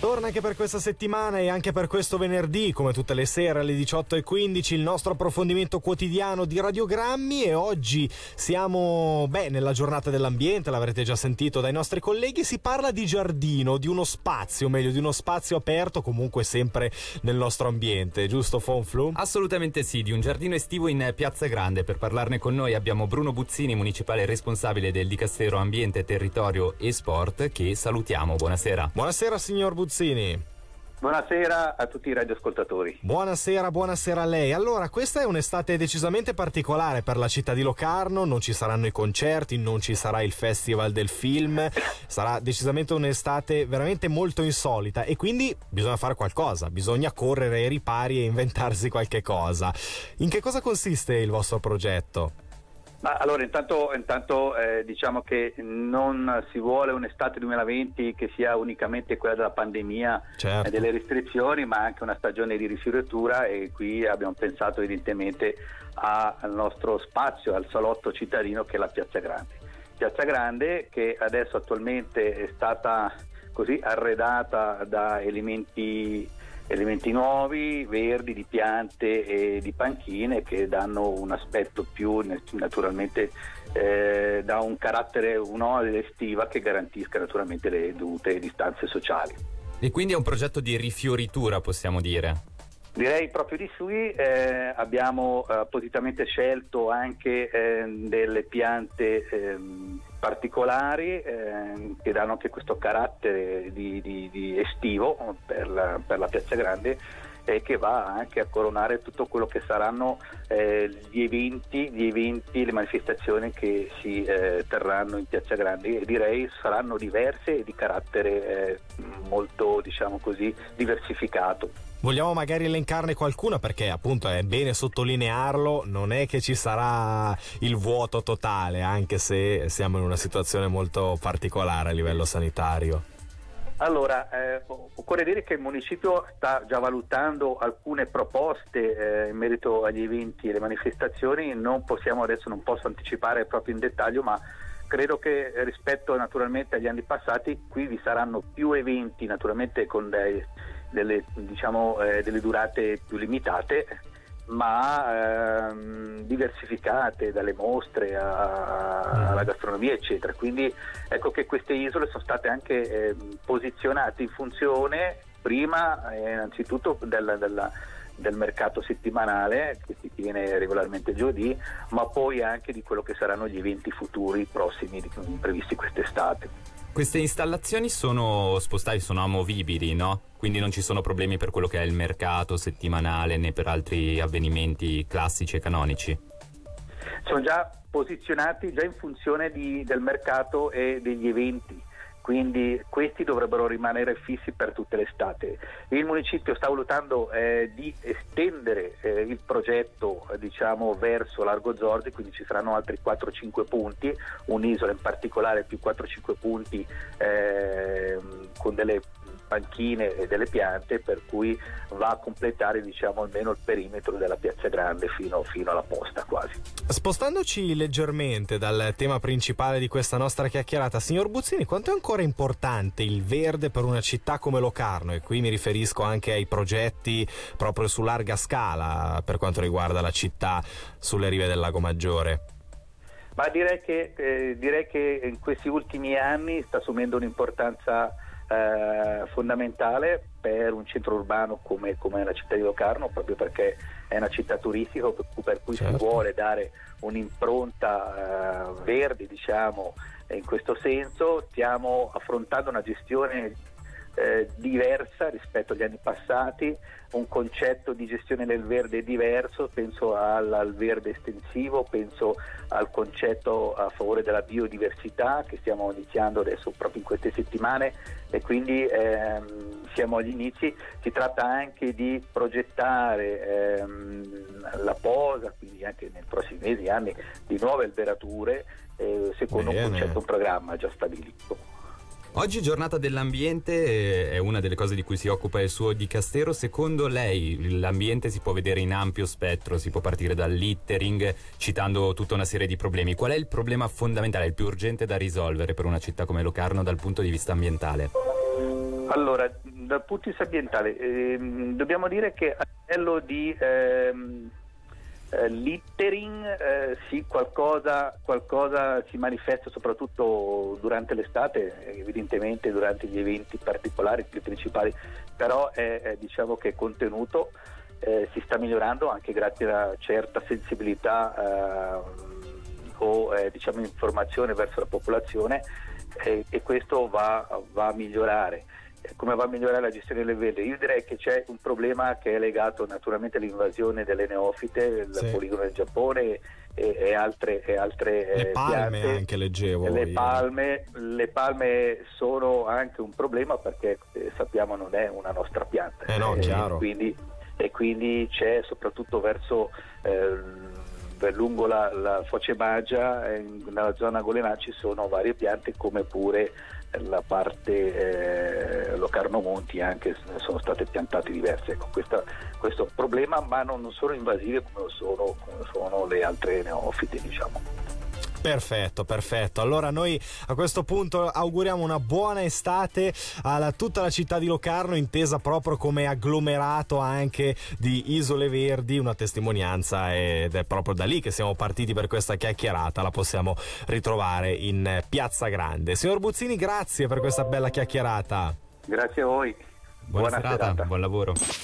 Torna anche per questa settimana e anche per questo venerdì, come tutte le sere alle 18:15, il nostro approfondimento quotidiano di Radiogrammi, e oggi siamo nella giornata dell'ambiente, l'avrete già sentito dai nostri colleghi. Si parla di giardino, di uno spazio, meglio di uno spazio aperto, comunque sempre nel nostro ambiente, giusto Fonflu? Assolutamente sì, di un giardino estivo in Piazza Grande. Per parlarne con noi abbiamo Bruno Buzzini, municipale responsabile del Dicastero Ambiente, Territorio e Sport, che salutiamo. Buonasera. Buonasera signor Buzzini. Buonasera a tutti i radioascoltatori. Buonasera a lei. Allora, questa è un'estate decisamente particolare per la città di Locarno, non ci saranno i concerti, non ci sarà il Festival del Film, sarà decisamente un'estate veramente molto insolita e quindi bisogna fare qualcosa, bisogna correre ai ripari e inventarsi qualche cosa. In che cosa consiste il vostro progetto? Ma allora intanto diciamo che non si vuole un'estate 2020 che sia unicamente quella della pandemia, certo, e delle restrizioni, ma anche una stagione di rifioritura, e qui abbiamo pensato evidentemente al nostro spazio, al salotto cittadino che è la Piazza Grande. Piazza Grande che adesso attualmente è stata così arredata da elementi nuovi, verdi, di piante e di panchine che danno un aspetto più naturalmente da un carattere, un'ode estiva che garantisca naturalmente le dovute distanze sociali. E quindi è un progetto di rifioritura, possiamo dire? Direi proprio di sì. Abbiamo appositamente scelto anche delle piante particolari che danno anche questo carattere di estivo per la Piazza Grande, e che va anche a coronare tutto quello che saranno gli eventi, le manifestazioni che si terranno in Piazza Grande, e direi saranno diverse e di carattere molto, diciamo così, diversificato. Vogliamo magari elencarne qualcuna, perché appunto è bene sottolinearlo, non è che ci sarà il vuoto totale, anche se siamo in una situazione molto particolare a livello sanitario. Allora, occorre dire che il municipio sta già valutando alcune proposte in merito agli eventi e alle manifestazioni. Non posso anticipare proprio in dettaglio, ma credo che rispetto naturalmente agli anni passati qui vi saranno più eventi, naturalmente con delle durate più limitate, ma diversificate, dalle mostre alla gastronomia eccetera. Quindi ecco che queste isole sono state anche posizionate in funzione prima innanzitutto del mercato settimanale che si tiene regolarmente giovedì, ma poi anche di quello che saranno gli eventi futuri prossimi previsti quest'estate. Queste installazioni sono spostabili, sono amovibili, no? Quindi non ci sono problemi per quello che è il mercato settimanale né per altri avvenimenti classici e canonici? Sono già posizionati in funzione del mercato e degli eventi, quindi questi dovrebbero rimanere fissi per tutte le estate. Il municipio sta valutando di estendere il progetto verso Largo Zorzi, quindi ci saranno altri 4-5 punti, un'isola in particolare più 4-5 punti con delle panchine e delle piante, per cui va a completare almeno il perimetro della Piazza Grande fino alla posta quasi. Spostandoci leggermente dal tema principale di questa nostra chiacchierata, signor Buzzini, quanto è ancora importante il verde per una città come Locarno? E qui mi riferisco anche ai progetti proprio su larga scala per quanto riguarda la città sulle rive del Lago Maggiore. Ma direi che in questi ultimi anni sta assumendo un'importanza fondamentale per un centro urbano come la città di Locarno, proprio perché è una città turistica, per cui certo, si vuole dare un'impronta verde, in questo senso. Stiamo affrontando una gestione diversa rispetto agli anni passati, un concetto di gestione del verde diverso, penso al verde estensivo, penso al concetto a favore della biodiversità che stiamo iniziando adesso proprio in queste settimane, e quindi siamo agli inizi. Si tratta anche di progettare la posa, quindi anche nei prossimi mesi, anni, di nuove alberature secondo un concetto, un programma già stabilito. Oggi giornata dell'ambiente, è una delle cose di cui si occupa il suo dicastero. Secondo lei l'ambiente si può vedere in ampio spettro, si può partire dal littering citando tutta una serie di problemi. Qual è il problema fondamentale, il più urgente da risolvere per una città come Locarno dal punto di vista ambientale? Allora, dal punto di vista ambientale, dobbiamo dire che a livello di littering sì, qualcosa si manifesta soprattutto durante l'estate, evidentemente durante gli eventi particolari, più principali, però diciamo che è contenuto, si sta migliorando anche grazie a una certa sensibilità o diciamo informazione verso la popolazione, e questo va a migliorare. Come va a migliorare la gestione delle verde? Io direi che c'è un problema che è legato naturalmente all'invasione delle neofite, il poligono del Giappone e altre le palme piante. Anche leggevo le palme sono anche un problema perché sappiamo non è una nostra pianta, chiaro. E quindi c'è soprattutto verso lungo la Foce Maggia, nella zona Golenà ci sono varie piante, come pure la parte Locarno Monti anche sono state piantate diverse. Ecco, questo è un problema, ma non sono invasive come sono le altre neofite, diciamo. Perfetto. Allora noi a questo punto auguriamo una buona estate a tutta la città di Locarno, intesa proprio come agglomerato anche di isole verdi, una testimonianza, ed è proprio da lì che siamo partiti per questa chiacchierata, la possiamo ritrovare in Piazza Grande. Signor Buzzini, grazie per questa bella chiacchierata. Grazie a voi. Buona serata, buon lavoro.